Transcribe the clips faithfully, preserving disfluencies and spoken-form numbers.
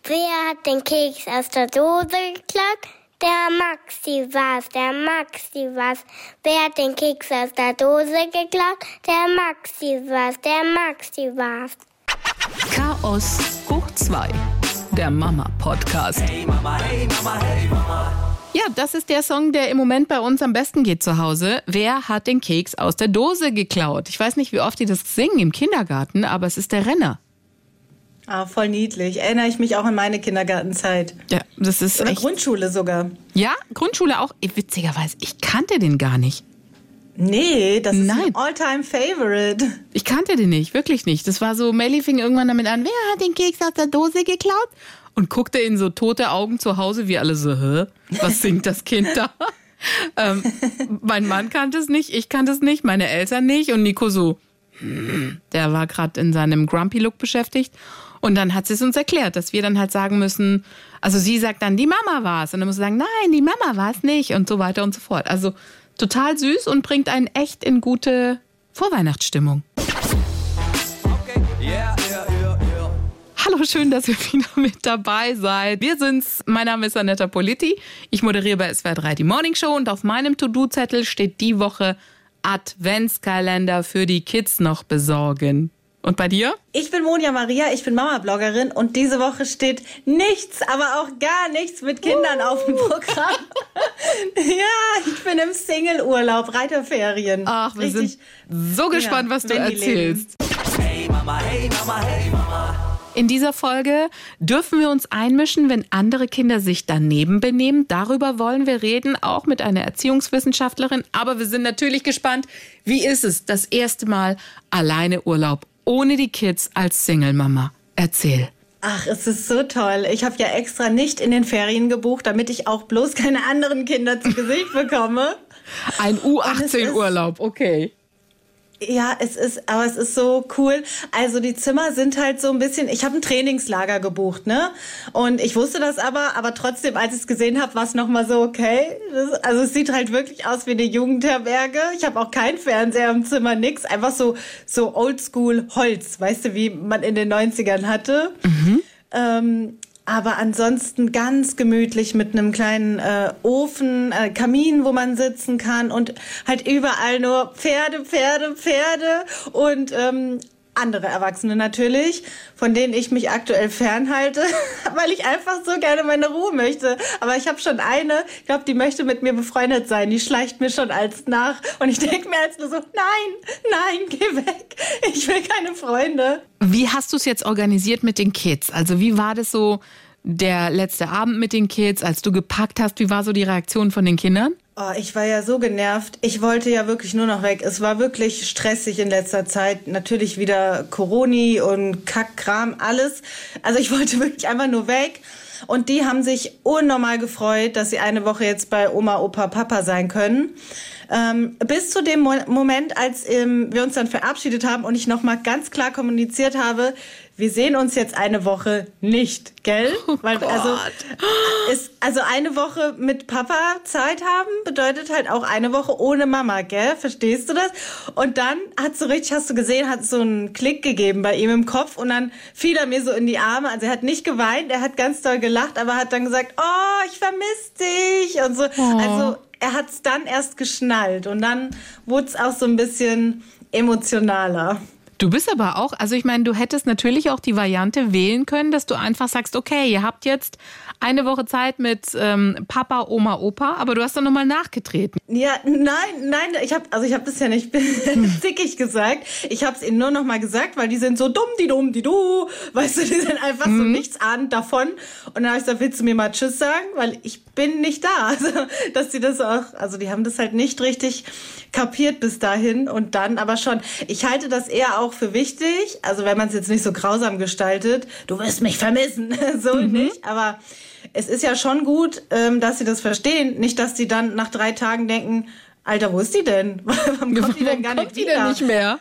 Wer hat den Keks aus der Dose geklaut? Der Maxi war's, der Maxi war's. Wer hat den Keks aus der Dose geklaut? Der Maxi war's, der Maxi war's. Chaos hoch zwei, der Mama-Podcast. Hey Mama, hey Mama, hey Mama. Ja, das ist der Song, der im Moment bei uns am besten geht zu Hause. Wer hat den Keks aus der Dose geklaut? Ich weiß nicht, wie oft die das singen im Kindergarten, aber es ist der Renner. Ah, voll niedlich. Erinnere ich mich auch an meine Kindergartenzeit. Ja, das ist Oder echt... Grundschule sogar. Ja, Grundschule auch. Witzigerweise, ich kannte den gar nicht. Nee, das ist Nein. ein All-Time-Favorite. Ich kannte den nicht, wirklich nicht. Das war so, Melly fing irgendwann damit an, wer hat den Keks aus der Dose geklaut? Und guckte in so tote Augen zu Hause, wie alle so, hä? Was singt das Kind da? ähm, mein Mann kannte es nicht, ich kannte es nicht, meine Eltern nicht. Und Nico so, hm, der war gerade in seinem Grumpy-Look beschäftigt. Und dann hat sie es uns erklärt, dass wir dann halt sagen müssen, also sie sagt dann, die Mama war es. Und dann muss sie sagen, nein, die Mama war es nicht und so weiter und so fort. Also total süß und bringt einen echt in gute Vorweihnachtsstimmung. Okay. Yeah, yeah, yeah, yeah. Hallo, schön, dass ihr wieder mit dabei seid. Wir sind's. Mein Name ist Annetta Politi. Ich moderiere bei S W R drei die Morning Show und auf meinem To-Do-Zettel steht die Woche Adventskalender für die Kids noch besorgen. Und bei dir? Ich bin Monja Maria, ich bin Mama-Bloggerin und diese Woche steht nichts, aber auch gar nichts mit Kindern uh. auf dem Programm. Ja, ich bin im Single-Urlaub, Reiterferien. Ach, wir Richtig, sind so gespannt, ja, was du wenn die erzählst. Hey Mama, hey Mama, hey Mama. In dieser Folge dürfen wir uns einmischen, wenn andere Kinder sich daneben benehmen. Darüber wollen wir reden, auch mit einer Erziehungswissenschaftlerin. Aber wir sind natürlich gespannt, wie ist es, das erste Mal alleine Urlaub ohne die Kids als Single-Mama? Erzähl. Ach, es ist so toll. Ich habe ja extra nicht in den Ferien gebucht, damit ich auch bloß keine anderen Kinder zu Gesicht bekomme. Ein U achtzehn Urlaub, okay. Ja, es ist, aber es ist so cool. Also die Zimmer sind halt so ein bisschen, ich habe ein Trainingslager gebucht, ne? Und ich wusste das aber, aber trotzdem, als ich es gesehen habe, war es nochmal so, okay. Das, also es sieht halt wirklich aus wie eine Jugendherberge. Ich habe auch keinen Fernseher im Zimmer, nix. Einfach so, so oldschool Holz, weißt du, wie man in den neunzigern hatte. Mhm. Ähm, Aber ansonsten ganz gemütlich mit einem kleinen äh, Ofen, äh, Kamin, wo man sitzen kann und halt überall nur Pferde, Pferde, Pferde und ähm, andere Erwachsene natürlich, von denen ich mich aktuell fernhalte, weil ich einfach so gerne meine Ruhe möchte. Aber ich habe schon eine, ich glaube, die möchte mit mir befreundet sein, die schleicht mir schon als nach und ich denke mir als nur so, nein, nein, geh weg, ich will keine Freunde. Wie hast du es jetzt organisiert mit den Kids? Also wie war das so der letzte Abend mit den Kids, als du gepackt hast? Wie war so die Reaktion von den Kindern? Oh, ich war ja so genervt. Ich wollte ja wirklich nur noch weg. Es war wirklich stressig in letzter Zeit. Natürlich wieder Corona und Kackkram, alles. Also ich wollte wirklich einfach nur weg. Und die haben sich unnormal gefreut, dass sie eine Woche jetzt bei Oma, Opa, Papa sein können. Ähm, bis zu dem Mo- Moment, als ähm, wir uns dann verabschiedet haben und ich nochmal ganz klar kommuniziert habe, wir sehen uns jetzt eine Woche nicht, gell? Oh Weil Gott. also ist also eine Woche mit Papa Zeit haben bedeutet halt auch eine Woche ohne Mama, gell? Verstehst du das? Und dann hat so richtig, hast du gesehen, hat so einen Klick gegeben bei ihm im Kopf und dann fiel er mir so in die Arme. Also er hat nicht geweint, er hat ganz doll gelacht, aber hat dann gesagt, oh, ich vermisse dich und so. Oh. Also er hat es dann erst geschnallt und dann wurde es auch so ein bisschen emotionaler. Du bist aber auch, also ich meine, du hättest natürlich auch die Variante wählen können, dass du einfach sagst, okay, ihr habt jetzt eine Woche Zeit mit ähm, Papa, Oma, Opa, aber du hast dann nochmal nachgetreten. Ja, nein, nein, ich habe also ich habe das ja nicht zickig gesagt. Ich habe es ihnen nur noch mal gesagt, weil die sind so dumm, die dumm, die du, weißt du, die sind einfach mhm. so nichtsahnend davon. Und dann habe ich gesagt, willst du mir mal Tschüss sagen, weil ich bin nicht da. Also, dass die das auch, also die haben das halt nicht richtig kapiert bis dahin und dann aber schon. Ich halte das eher auch für wichtig, also wenn man es jetzt nicht so grausam gestaltet, du wirst mich vermissen, so mhm. nicht, aber es ist ja schon gut, dass sie das verstehen, nicht, dass die dann nach drei Tagen denken, Alter, wo ist die denn? Warum kommt die denn gar nicht die denn nicht mehr?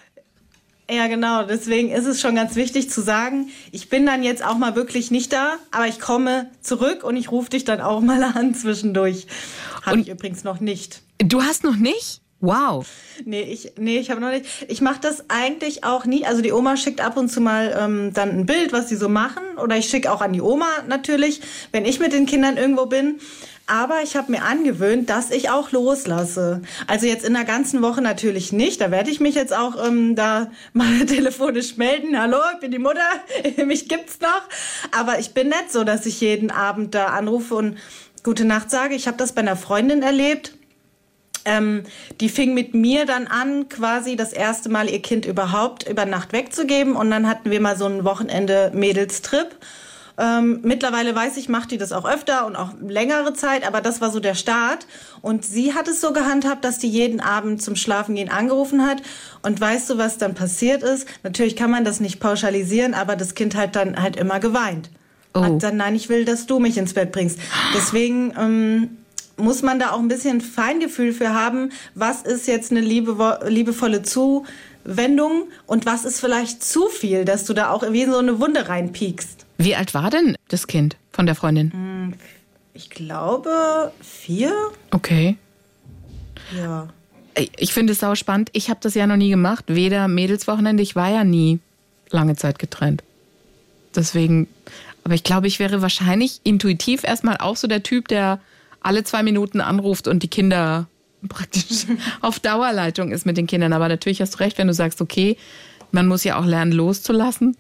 Ja, genau, deswegen ist es schon ganz wichtig zu sagen, ich bin dann jetzt auch mal wirklich nicht da, aber ich komme zurück und ich rufe dich dann auch mal an zwischendurch. Habe ich übrigens noch nicht. Du hast noch nicht? Wow. Nee, ich, nee, ich habe noch nicht. Ich mache das eigentlich auch nie. Also die Oma schickt ab und zu mal ähm, dann ein Bild, was sie so machen. Oder ich schicke auch an die Oma natürlich, wenn ich mit den Kindern irgendwo bin. Aber ich habe mir angewöhnt, dass ich auch loslasse. Also jetzt in der ganzen Woche natürlich nicht. Da werde ich mich jetzt auch ähm, da mal telefonisch melden. Hallo, ich bin die Mutter, mich gibt's noch. Aber ich bin nicht so, dass ich jeden Abend da anrufe und gute Nacht sage. Ich habe das bei einer Freundin erlebt. Ähm, die fing mit mir dann an, quasi das erste Mal ihr Kind überhaupt über Nacht wegzugeben. Und dann hatten wir mal so ein Wochenende Mädelstrip. Ähm, mittlerweile weiß ich, macht die das auch öfter und auch längere Zeit, aber das war so der Start. Und sie hat es so gehandhabt, dass die jeden Abend zum Schlafengehen angerufen hat. Und weißt du, was dann passiert ist? Natürlich kann man das nicht pauschalisieren, aber das Kind hat dann halt immer geweint. Oh. Hat dann, nein, ich will, dass du mich ins Bett bringst. Deswegen ähm, muss man da auch ein bisschen Feingefühl für haben, was ist jetzt eine liebe, liebevolle Zuwendung und was ist vielleicht zu viel, dass du da auch wie in so eine Wunde reinpiekst. Wie alt war denn das Kind von der Freundin? Ich glaube vier. Okay. Ja. Ich finde es sau spannend. Ich habe das ja noch nie gemacht. Weder Mädelswochenende. Ich war ja nie lange Zeit getrennt. Deswegen, aber ich glaube, ich wäre wahrscheinlich intuitiv erstmal auch so der Typ, der alle zwei Minuten anruft und die Kinder praktisch auf Dauerleitung ist mit den Kindern. Aber natürlich hast du recht, wenn du sagst, okay, man muss ja auch lernen loszulassen.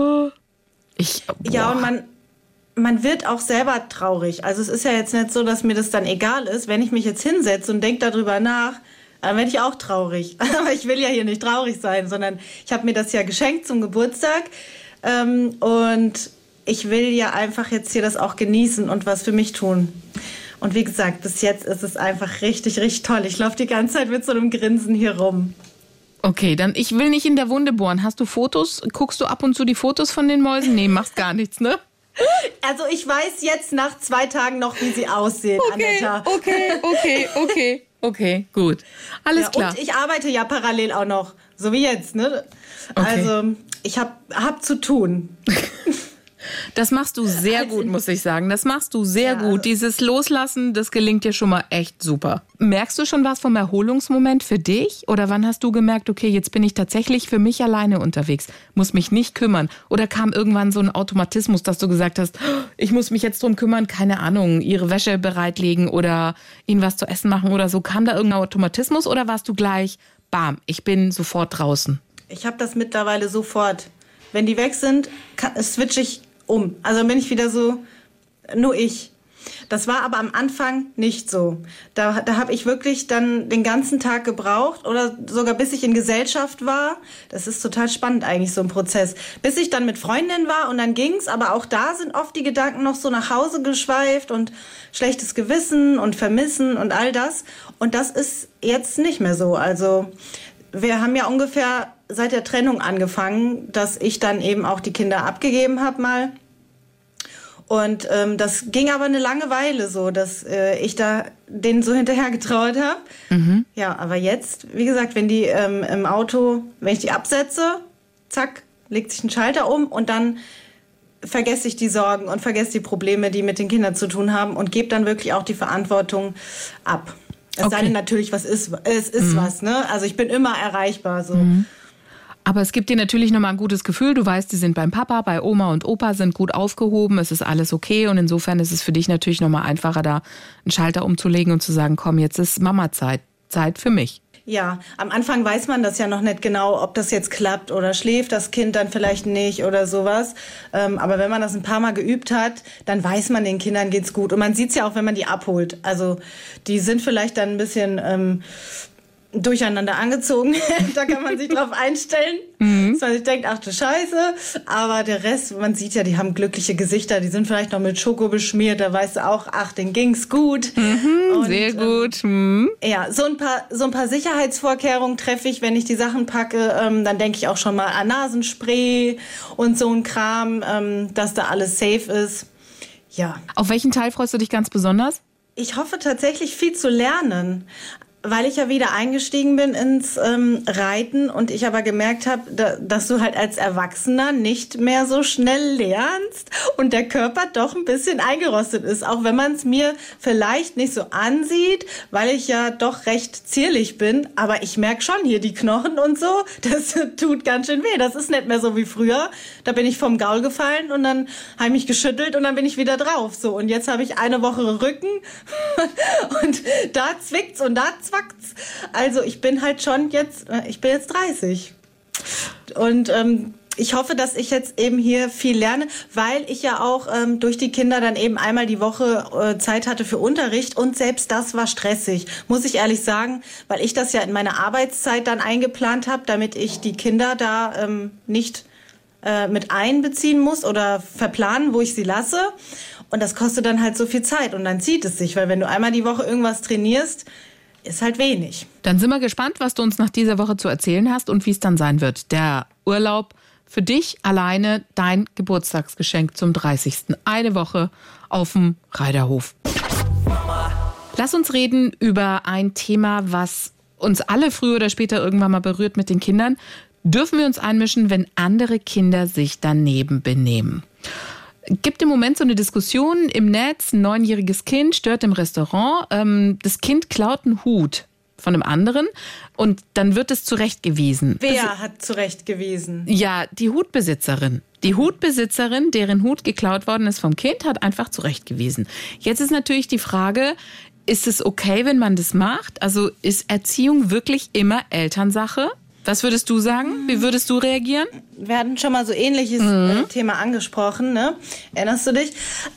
Ich, ja, und man, man wird auch selber traurig. Also es ist ja jetzt nicht so, dass mir das dann egal ist. Wenn ich mich jetzt hinsetze und denke darüber nach, dann werde ich auch traurig. Aber ich will ja hier nicht traurig sein, sondern ich habe mir das ja geschenkt zum Geburtstag. Ähm, und ich will ja einfach jetzt hier das auch genießen und was für mich tun. Und wie gesagt, bis jetzt ist es einfach richtig, richtig toll. Ich laufe die ganze Zeit mit so einem Grinsen hier rum. Okay, dann ich will nicht in der Wunde bohren. Hast du Fotos? Guckst du ab und zu die Fotos von den Mäusen? Nee, machst gar nichts, ne? Also ich weiß jetzt nach zwei Tagen noch, wie sie aussehen, okay, Anetta. Okay, okay, okay, okay, gut. Alles ja, klar. Und ich arbeite ja parallel auch noch, so wie jetzt, ne? Okay. Also ich hab, hab zu tun. Das machst du sehr Also, gut, muss ich sagen. Das machst du sehr ja, gut. also, Dieses Loslassen, das gelingt dir schon mal echt super. Merkst du schon was vom Erholungsmoment für dich? Oder wann hast du gemerkt, okay, jetzt bin ich tatsächlich für mich alleine unterwegs, muss mich nicht kümmern? Oder kam irgendwann so ein Automatismus, dass du gesagt hast, ich muss mich jetzt drum kümmern, keine Ahnung, ihre Wäsche bereitlegen oder ihnen was zu essen machen oder so. Kam da irgendein Automatismus oder warst du gleich, bam, ich bin sofort draußen? Ich habe das mittlerweile sofort. Wenn die weg sind, kann, switche ich um. Also bin ich wieder so, nur ich. Das war aber am Anfang nicht so. Da, da habe ich wirklich dann den ganzen Tag gebraucht oder sogar bis ich in Gesellschaft war. Das ist total spannend eigentlich, so ein Prozess. Bis ich dann mit Freundinnen war und dann ging's. Aber auch da sind oft die Gedanken noch so nach Hause geschweift und schlechtes Gewissen und Vermissen und all das. Und das ist jetzt nicht mehr so. Also wir haben ja ungefähr seit der Trennung angefangen, dass ich dann eben auch die Kinder abgegeben habe mal. Und ähm, das ging aber eine lange Weile so, dass äh, ich da denen so hinterher getraut habe. Mhm. Ja, aber jetzt, wie gesagt, wenn die ähm, im Auto, wenn ich die absetze, zack, legt sich ein Schalter um und dann vergesse ich die Sorgen und vergesse die Probleme, die mit den Kindern zu tun haben und gebe dann wirklich auch die Verantwortung ab. Es okay. sei denn natürlich, was ist, es ist mhm. was, ne? Also ich bin immer erreichbar, so. Mhm. Aber es gibt dir natürlich nochmal ein gutes Gefühl. Du weißt, die sind beim Papa, bei Oma und Opa, sind gut aufgehoben. Es ist alles okay. Und insofern ist es für dich natürlich nochmal einfacher, da einen Schalter umzulegen und zu sagen, komm, jetzt ist Mama-Zeit. Zeit für mich. Ja, am Anfang weiß man das ja noch nicht genau, ob das jetzt klappt oder schläft das Kind dann vielleicht nicht oder sowas. Ähm, aber wenn man das ein paar Mal geübt hat, dann weiß man, den Kindern geht's gut. Und man sieht's ja auch, wenn man die abholt. Also die sind vielleicht dann ein bisschen ähm, durcheinander angezogen. Da kann man sich drauf einstellen, mhm. dass man sich denkt, ach du Scheiße. Aber der Rest, man sieht ja, die haben glückliche Gesichter. Die sind vielleicht noch mit Schoko beschmiert. Da weißt du auch, ach, denen ging's gut. Mhm, und, sehr gut. Mhm. Ähm, ja, so ein paar, so ein paar Sicherheitsvorkehrungen treffe ich, wenn ich die Sachen packe. Ähm, dann denke ich auch schon mal an Nasenspray und so ein Kram, ähm, dass da alles safe ist. Ja. Auf welchen Teil freust du dich ganz besonders? Ich hoffe tatsächlich viel zu lernen. weil ich ja wieder eingestiegen bin ins ähm, Reiten und ich aber gemerkt habe, da, dass du halt als Erwachsener nicht mehr so schnell lernst und der Körper doch ein bisschen eingerostet ist, auch wenn man es mir vielleicht nicht so ansieht, weil ich ja doch recht zierlich bin, aber ich merke schon hier die Knochen und so, das tut ganz schön weh. Das ist nicht mehr so wie früher. Da bin ich vom Gaul gefallen und dann habe ich mich geschüttelt und dann bin ich wieder drauf. So, und jetzt habe ich eine Woche Rücken und da zwickt's und da zwackt's. Also ich bin halt schon jetzt, ich bin jetzt dreißig. Und ähm, ich hoffe, dass ich jetzt eben hier viel lerne, weil ich ja auch ähm, durch die Kinder dann eben einmal die Woche äh, Zeit hatte für Unterricht und selbst das war stressig, muss ich ehrlich sagen, weil ich das ja in meine Arbeitszeit dann eingeplant habe, damit ich die Kinder da ähm, nicht äh, mit einbeziehen muss oder verplanen, wo ich sie lasse. Und das kostet dann halt so viel Zeit und dann zieht es sich, weil wenn du einmal die Woche irgendwas trainierst, ist halt wenig. Dann sind wir gespannt, was du uns nach dieser Woche zu erzählen hast und wie es dann sein wird. Der Urlaub für dich alleine, dein Geburtstagsgeschenk zum dreißigsten Eine Woche auf dem Reiterhof. Lass uns reden über ein Thema, was uns alle früher oder später irgendwann mal berührt mit den Kindern. Dürfen wir uns einmischen, wenn andere Kinder sich daneben benehmen? Gibt im Moment so eine Diskussion im Netz, ein neunjähriges Kind stört im Restaurant, ähm, das Kind klaut einen Hut von einem anderen und dann wird es zurechtgewiesen. Wer das, hat zurechtgewiesen? Ja, die Hutbesitzerin. Die Hutbesitzerin, deren Hut geklaut worden ist vom Kind, hat einfach zurechtgewiesen. Jetzt ist natürlich die Frage, ist es okay, wenn man das macht? Also ist Erziehung wirklich immer Elternsache? Was würdest du sagen? Wie würdest du reagieren? Wir hatten schon mal so ähnliches mhm. Thema angesprochen, ne? Erinnerst du dich?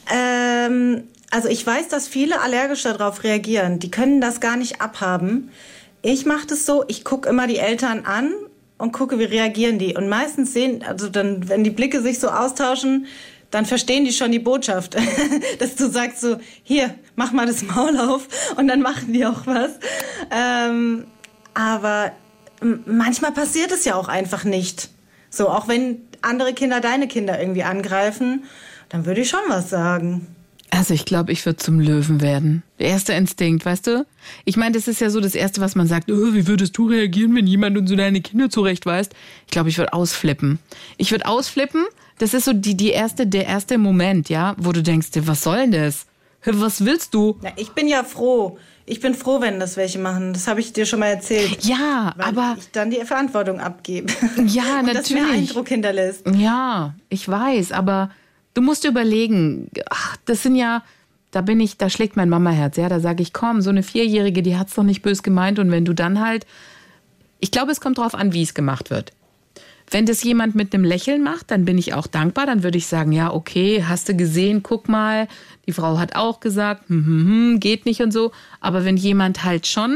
Ähm, also ich weiß, dass viele allergisch darauf reagieren. Die können das gar nicht abhaben. Ich mache das so, ich gucke immer die Eltern an und gucke, wie reagieren die. Und meistens sehen, also dann, wenn die Blicke sich so austauschen, dann verstehen die schon die Botschaft. Dass du sagst so, hier, mach mal das Maul auf und dann machen die auch was. Ähm, aber manchmal passiert es ja auch einfach nicht. So, auch wenn andere Kinder deine Kinder irgendwie angreifen, dann würde ich schon was sagen. Also ich glaube, ich würde zum Löwen werden. Der erste Instinkt, weißt du? Ich meine, das ist ja so das Erste, was man sagt. Oh, wie würdest du reagieren, wenn jemand und so deine Kinder zurechtweist? Ich glaube, ich würde ausflippen. Ich würde ausflippen. Das ist so die, die erste, der erste Moment, ja, wo du denkst, was soll denn das? Was willst du? Na, ich bin ja froh. Ich bin froh, wenn das welche machen. Das habe ich dir schon mal erzählt. Ja, weil aber ich dann die Verantwortung abgebe. Ja, und natürlich. Das mir Eindruck hinterlässt. Ja, ich weiß, aber du musst dir überlegen, ach, das sind ja, da bin ich, da schlägt mein Mamaherz, ja, da sage ich, komm, so eine Vierjährige, die hat's doch nicht böse gemeint und wenn du dann halt, ich glaube, es kommt drauf an, wie es gemacht wird. Wenn das jemand mit einem Lächeln macht, dann bin ich auch dankbar. Dann würde ich sagen, ja, okay, hast du gesehen, guck mal, die Frau hat auch gesagt, hm, hm, hm, geht nicht und so. Aber wenn jemand halt schon,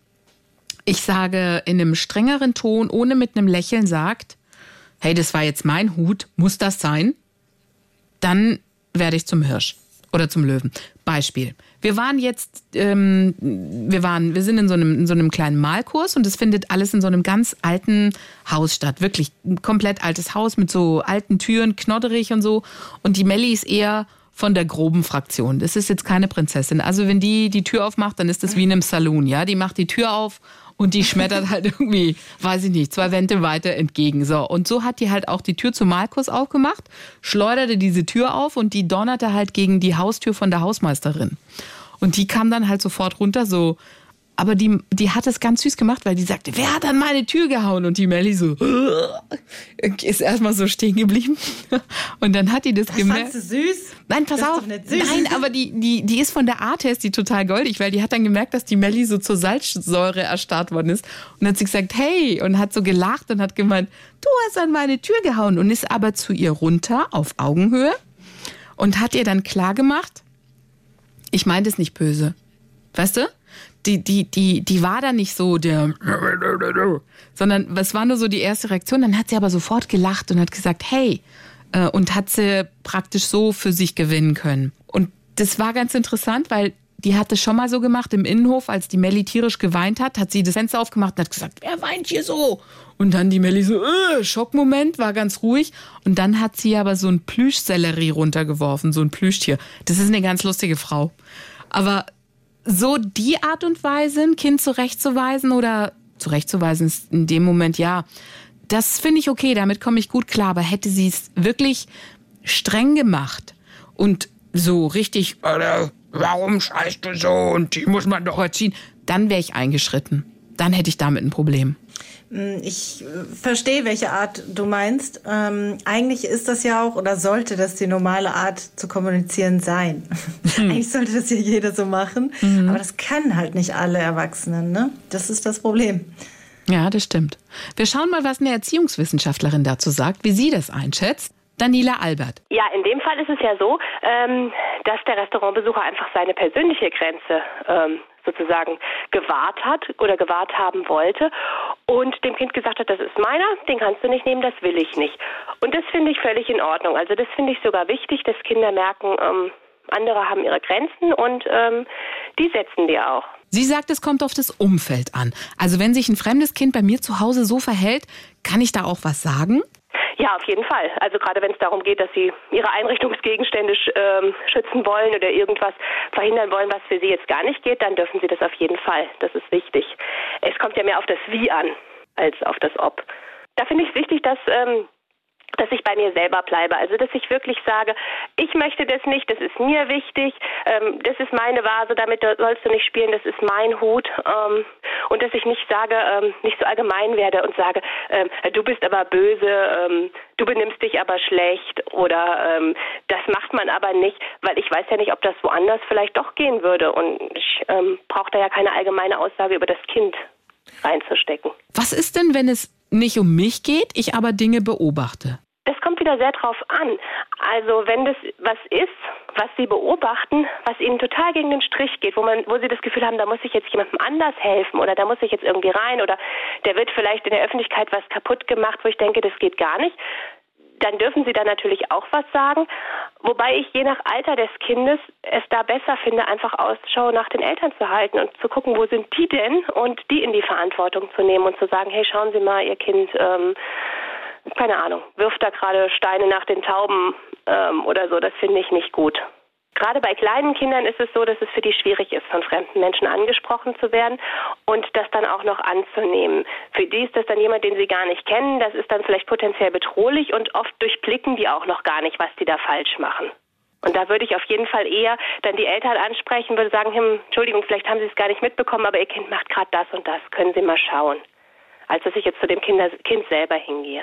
ich sage in einem strengeren Ton, ohne mit einem Lächeln sagt, hey, das war jetzt mein Hut, muss das sein? Dann werde ich zum Hirsch oder zum Löwen. Beispiel. Wir waren jetzt, ähm, wir waren, wir sind in so einem, in so einem kleinen Malkurs und es findet alles in so einem ganz alten Haus statt. Wirklich ein komplett altes Haus mit so alten Türen, knodderig und so. Und die Melli ist eher von der groben Fraktion. Das ist jetzt keine Prinzessin. Also wenn die die Tür aufmacht, dann ist das wie in einem Saloon, ja. Die macht die Tür auf und die schmettert halt irgendwie, weiß ich nicht, zwei Wände weiter entgegen. So. Und so hat die halt auch die Tür zum Malkurs aufgemacht, schleuderte diese Tür auf und die donnerte halt gegen die Haustür von der Hausmeisterin. Und die kam dann halt sofort runter, so. Aber die, die hat es ganz süß gemacht, weil die sagte, wer hat an meine Tür gehauen? Und die Melli so, ist erstmal so stehen geblieben. Und dann hat die das, das gemerkt. Fandst du süß? Nein, pass das auf. Ist doch nicht süß. Nein, aber die, die, die ist von der Art her ist die total goldig, weil die hat dann gemerkt, dass die Melli so zur Salzsäure erstarrt worden ist. Und dann hat sie gesagt, hey, und hat so gelacht und hat gemeint, du hast an meine Tür gehauen. Und ist aber zu ihr runter auf Augenhöhe und hat ihr dann klar gemacht, ich meine das nicht böse. Weißt du? Die, die, die, die war da nicht so der, sondern es war nur so die erste Reaktion. Dann hat sie aber sofort gelacht und hat gesagt, hey, äh, und hat sie praktisch so für sich gewinnen können. Und das war ganz interessant, weil die hat es schon mal so gemacht im Innenhof, als die Melli tierisch geweint hat, hat sie das Fenster aufgemacht und hat gesagt, wer weint hier so? Und dann die Melli so, äh, Schockmoment, war ganz ruhig. Und dann hat sie aber so ein Plüschsellerie runtergeworfen, so ein Plüschtier. Das ist eine ganz lustige Frau. Aber so die Art und Weise, ein Kind zurechtzuweisen oder zurechtzuweisen ist in dem Moment, ja, das finde ich okay, damit komme ich gut klar. Aber hätte sie es wirklich streng gemacht und so richtig, äh, warum schreist du so und die muss man doch erziehen, dann wäre ich eingeschritten. Dann hätte ich damit ein Problem. Ich verstehe, welche Art du meinst. Ähm, eigentlich ist das ja auch oder sollte das die normale Art zu kommunizieren sein. Mhm. Eigentlich sollte das ja jeder so machen. Mhm. Aber das können halt nicht alle Erwachsenen, ne? Das ist das Problem. Ja, das stimmt. Wir schauen mal, was eine Erziehungswissenschaftlerin dazu sagt, wie sie das einschätzt. Daniela Albert. Ja, in dem Fall ist es ja so, ähm, dass der Restaurantbesucher einfach seine persönliche Grenze ähm, sozusagen gewahrt hat oder gewahrt haben wollte und dem Kind gesagt hat, das ist meiner, den kannst du nicht nehmen, das will ich nicht. Und das finde ich völlig in Ordnung. Also das finde ich sogar wichtig, dass Kinder merken, ähm, andere haben ihre Grenzen und ähm, die setzen die auch. Sie sagt, es kommt auf das Umfeld an. Also wenn sich ein fremdes Kind bei mir zu Hause so verhält, kann ich da auch was sagen? Ja, auf jeden Fall. Also gerade wenn es darum geht, dass sie ihre Einrichtungsgegenstände ähm, schützen wollen oder irgendwas verhindern wollen, was für sie jetzt gar nicht geht, dann dürfen sie das auf jeden Fall. Das ist wichtig. Es kommt ja mehr auf das Wie an, als auf das Ob. Da finde ich es wichtig, dass... Ähm, dass ich bei mir selber bleibe. Also, dass ich wirklich sage, ich möchte das nicht, das ist mir wichtig, ähm, das ist meine Vase, damit sollst du nicht spielen, das ist mein Hut. Ähm, und dass ich nicht sage, ähm, nicht so allgemein werde und sage, ähm, du bist aber böse, ähm, du benimmst dich aber schlecht oder ähm, das macht man aber nicht, weil ich weiß ja nicht, ob das woanders vielleicht doch gehen würde. Und ich ähm, brauche da ja keine allgemeine Aussage über das Kind reinzustecken. Was ist denn, wenn es nicht um mich geht, ich aber Dinge beobachte? Das kommt wieder sehr drauf an. Also wenn das was ist, was Sie beobachten, was Ihnen total gegen den Strich geht, wo man, wo Sie das Gefühl haben, da muss ich jetzt jemandem anders helfen oder da muss ich jetzt irgendwie rein oder der wird vielleicht in der Öffentlichkeit was kaputt gemacht, wo ich denke, das geht gar nicht, dann dürfen Sie da natürlich auch was sagen. Wobei ich je nach Alter des Kindes es da besser finde, einfach Ausschau nach den Eltern zu halten und zu gucken, wo sind die denn und die in die Verantwortung zu nehmen und zu sagen, hey, schauen Sie mal, Ihr Kind, ähm, keine Ahnung, wirft da gerade Steine nach den Tauben ähm, oder so, das finde ich nicht gut. Gerade bei kleinen Kindern ist es so, dass es für die schwierig ist, von fremden Menschen angesprochen zu werden und das dann auch noch anzunehmen. Für die ist das dann jemand, den sie gar nicht kennen. Das ist dann vielleicht potenziell bedrohlich und oft durchblicken die auch noch gar nicht, was die da falsch machen. Und da würde ich auf jeden Fall eher dann die Eltern ansprechen, würde sagen, hm, Entschuldigung, vielleicht haben Sie es gar nicht mitbekommen, aber Ihr Kind macht gerade das und das. Können Sie mal schauen. Als dass ich jetzt zu dem Kinder, Kind selber hingehe.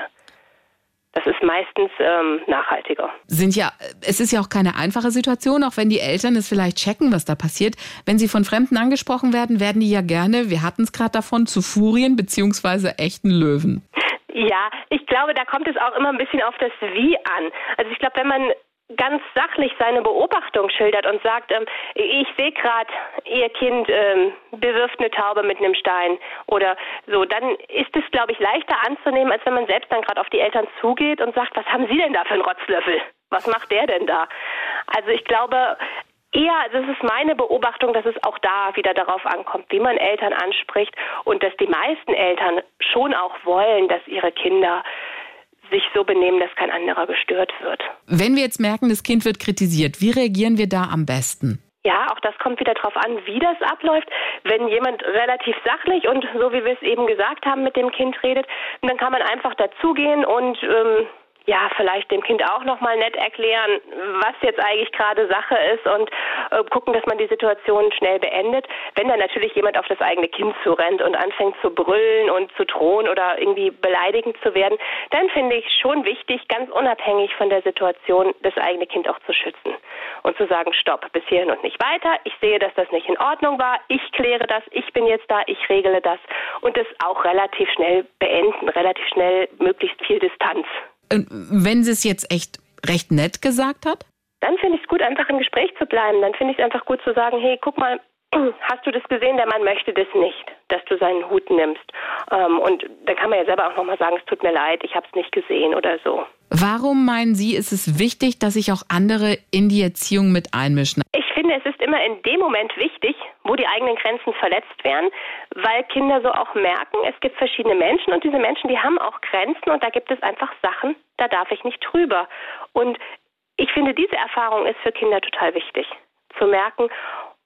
Das ist meistens ähm, nachhaltiger. Sind ja, es ist ja auch keine einfache Situation, auch wenn die Eltern es vielleicht checken, was da passiert. Wenn sie von Fremden angesprochen werden, werden die ja gerne, wir hatten es gerade davon, zu Furien beziehungsweise echten Löwen. Ja, ich glaube, da kommt es auch immer ein bisschen auf das Wie an. Also ich glaube, wenn man ganz sachlich seine Beobachtung schildert und sagt, ähm, ich sehe gerade, Ihr Kind ähm, bewirft eine Taube mit einem Stein oder so, dann ist es, glaube ich, leichter anzunehmen, als wenn man selbst dann gerade auf die Eltern zugeht und sagt, was haben Sie denn da für einen Rotzlöffel? Was macht der denn da? Also ich glaube, eher, das ist meine Beobachtung, dass es auch da wieder darauf ankommt, wie man Eltern anspricht und dass die meisten Eltern schon auch wollen, dass ihre Kinder sich so benehmen, dass kein anderer gestört wird. Wenn wir jetzt merken, das Kind wird kritisiert, wie reagieren wir da am besten? Ja, auch das kommt wieder darauf an, wie das abläuft. Wenn jemand relativ sachlich und so wie wir es eben gesagt haben mit dem Kind redet, dann kann man einfach dazugehen und ähm, ja, vielleicht dem Kind auch nochmal nett erklären, was jetzt eigentlich gerade Sache ist und äh, gucken, dass man die Situation schnell beendet. Wenn dann natürlich jemand auf das eigene Kind zurennt und anfängt zu brüllen und zu drohen oder irgendwie beleidigend zu werden, dann finde ich schon wichtig, ganz unabhängig von der Situation, das eigene Kind auch zu schützen und zu sagen, stopp, bis hierhin und nicht weiter. Ich sehe, dass das nicht in Ordnung war. Ich kläre das. Ich bin jetzt da. Ich regle das und das auch relativ schnell beenden, relativ schnell möglichst viel Distanz. Und wenn sie es jetzt echt recht nett gesagt hat? Dann finde ich es gut, einfach im Gespräch zu bleiben. Dann finde ich es einfach gut zu sagen, hey, guck mal, hast du das gesehen? Der Mann möchte das nicht, dass du seinen Hut nimmst. Ähm, und dann kann man ja selber auch nochmal sagen, es tut mir leid, ich habe es nicht gesehen oder so. Warum meinen Sie, ist es wichtig, dass sich auch andere in die Erziehung mit einmischen? Ich finde, es ist immer in dem Moment wichtig, wo die eigenen Grenzen verletzt werden, weil Kinder so auch merken, es gibt verschiedene Menschen und diese Menschen, die haben auch Grenzen und da gibt es einfach Sachen, da darf ich nicht drüber. Und ich finde, diese Erfahrung ist für Kinder total wichtig, zu merken,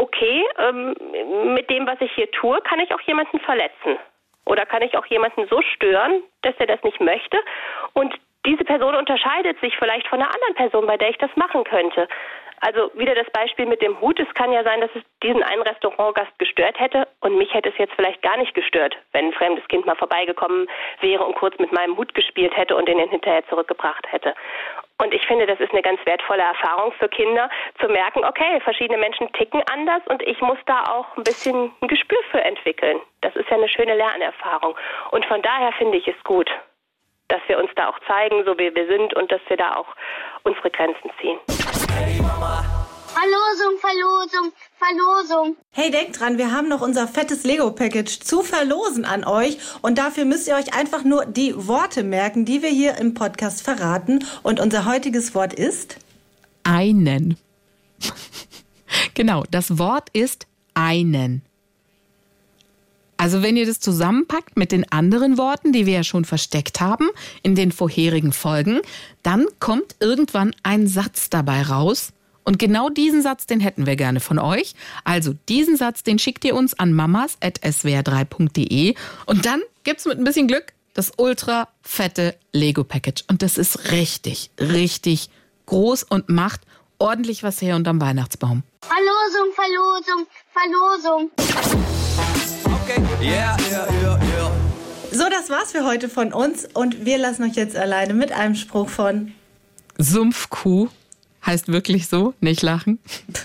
okay, ähm, mit dem, was ich hier tue, kann ich auch jemanden verletzen. Oder kann ich auch jemanden so stören, dass er das nicht möchte. Und diese Person unterscheidet sich vielleicht von einer anderen Person, bei der ich das machen könnte. Also wieder das Beispiel mit dem Hut. Es kann ja sein, dass es diesen einen Restaurantgast gestört hätte und mich hätte es jetzt vielleicht gar nicht gestört, wenn ein fremdes Kind mal vorbeigekommen wäre und kurz mit meinem Hut gespielt hätte und den hinterher zurückgebracht hätte. Und ich finde, das ist eine ganz wertvolle Erfahrung für Kinder, zu merken, okay, verschiedene Menschen ticken anders und ich muss da auch ein bisschen ein Gespür für entwickeln. Das ist ja eine schöne Lernerfahrung. Und von daher finde ich es gut, dass wir uns da auch zeigen, so wie wir sind und dass wir da auch unsere Grenzen ziehen. Hey Mama. Verlosung, Verlosung, Verlosung. Hey, denkt dran, wir haben noch unser fettes Lego-Package zu verlosen an euch. Und dafür müsst ihr euch einfach nur die Worte merken, die wir hier im Podcast verraten. Und unser heutiges Wort ist? Einen. Genau, das Wort ist einen. Also wenn ihr das zusammenpackt mit den anderen Worten, die wir ja schon versteckt haben in den vorherigen Folgen, dann kommt irgendwann ein Satz dabei raus. Und genau diesen Satz, den hätten wir gerne von euch. Also diesen Satz, den schickt ihr uns an mamas at s w r drei punkt d e und dann gibt's mit ein bisschen Glück das ultra fette Lego-Package. Und das ist richtig, richtig groß und macht ordentlich was her unterm Weihnachtsbaum. Verlosung, Verlosung, Verlosung. Okay, yeah, yeah, yeah, yeah. So, das war's für heute von uns. Und wir lassen euch jetzt alleine mit einem Spruch von Sumpfkuh. Heißt wirklich so, nicht lachen.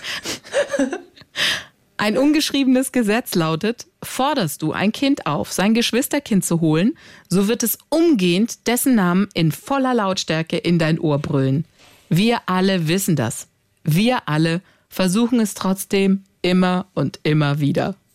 Ein ungeschriebenes Gesetz lautet, forderst du ein Kind auf, sein Geschwisterkind zu holen, so wird es umgehend dessen Namen in voller Lautstärke in dein Ohr brüllen. Wir alle wissen das. Wir alle versuchen es trotzdem immer und immer wieder.